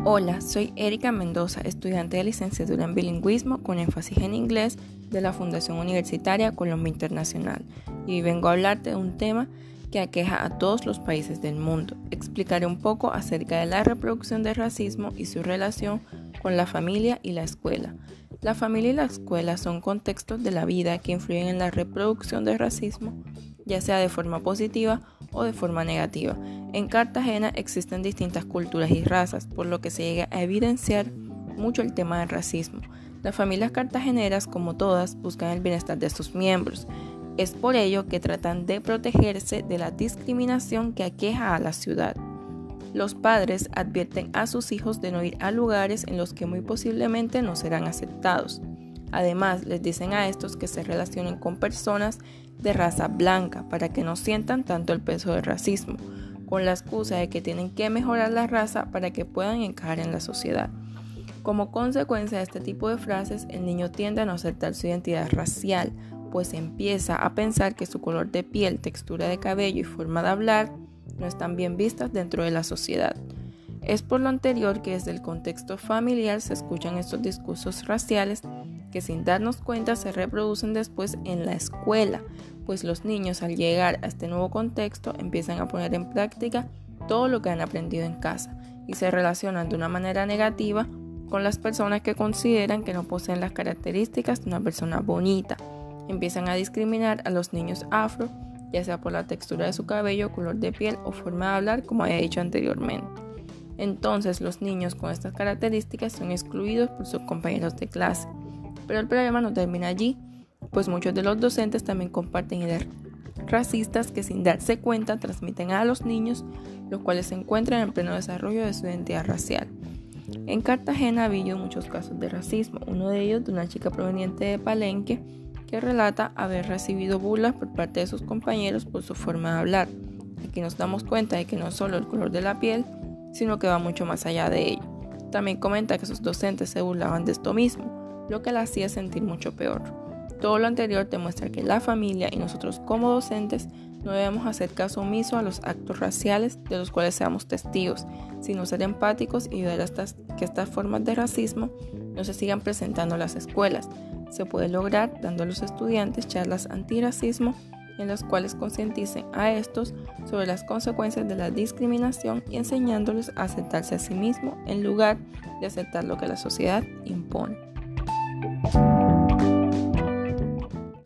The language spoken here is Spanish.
Hola, soy Erika Mendoza, estudiante de licenciatura en bilingüismo con énfasis en inglés de la Fundación Universitaria Colombia Internacional, y hoy vengo a hablarte de un tema que aqueja a todos los países del mundo. Explicaré un poco acerca de la reproducción del racismo y su relación con la familia y la escuela. La familia y la escuela son contextos de la vida que influyen en la reproducción del racismo, ya sea de forma positiva o de forma negativa. En Cartagena existen distintas culturas y razas, por lo que se llega a evidenciar mucho el tema del racismo. Las familias cartageneras, como todas, buscan el bienestar de sus miembros. Es por ello que tratan de protegerse de la discriminación que aqueja a la ciudad. Los padres advierten a sus hijos de no ir a lugares en los que muy posiblemente no serán aceptados. Además, les dicen a estos que se relacionen con personas de raza blanca para que no sientan tanto el peso del racismo, con la excusa de que tienen que mejorar la raza para que puedan encajar en la sociedad. Como consecuencia de este tipo de frases, el niño tiende a no aceptar su identidad racial, pues empieza a pensar que su color de piel, textura de cabello y forma de hablar no están bien vistas dentro de la sociedad. Es por lo anterior que desde el contexto familiar se escuchan estos discursos raciales que sin darnos cuenta se reproducen después en la escuela, pues los niños al llegar a este nuevo contexto empiezan a poner en práctica todo lo que han aprendido en casa y se relacionan de una manera negativa con las personas que consideran que no poseen las características de una persona bonita. Empiezan a discriminar a los niños afro, ya sea por la textura de su cabello, color de piel o forma de hablar, como había dicho anteriormente. Entonces los niños con estas características son excluidos por sus compañeros de clase. Pero el problema no termina allí, pues muchos de los docentes también comparten ideas racistas que sin darse cuenta transmiten a los niños, los cuales se encuentran en pleno desarrollo de su identidad racial. En Cartagena ha habido muchos casos de racismo, uno de ellos de una chica proveniente de Palenque que relata haber recibido burlas por parte de sus compañeros por su forma de hablar. Aquí nos damos cuenta de que no solo el color de la piel, sino que va mucho más allá de ello. También comenta que sus docentes se burlaban de esto mismo, lo que la hacía sentir mucho peor. Todo lo anterior demuestra que la familia y nosotros como docentes no debemos hacer caso omiso a los actos raciales de los cuales seamos testigos, sino ser empáticos y ayudar a que estas formas de racismo no se sigan presentando en las escuelas. Se puede lograr dando a los estudiantes charlas antirracismo en las cuales concienticen a estos sobre las consecuencias de la discriminación y enseñándoles a aceptarse a sí mismos en lugar de aceptar lo que la sociedad impone.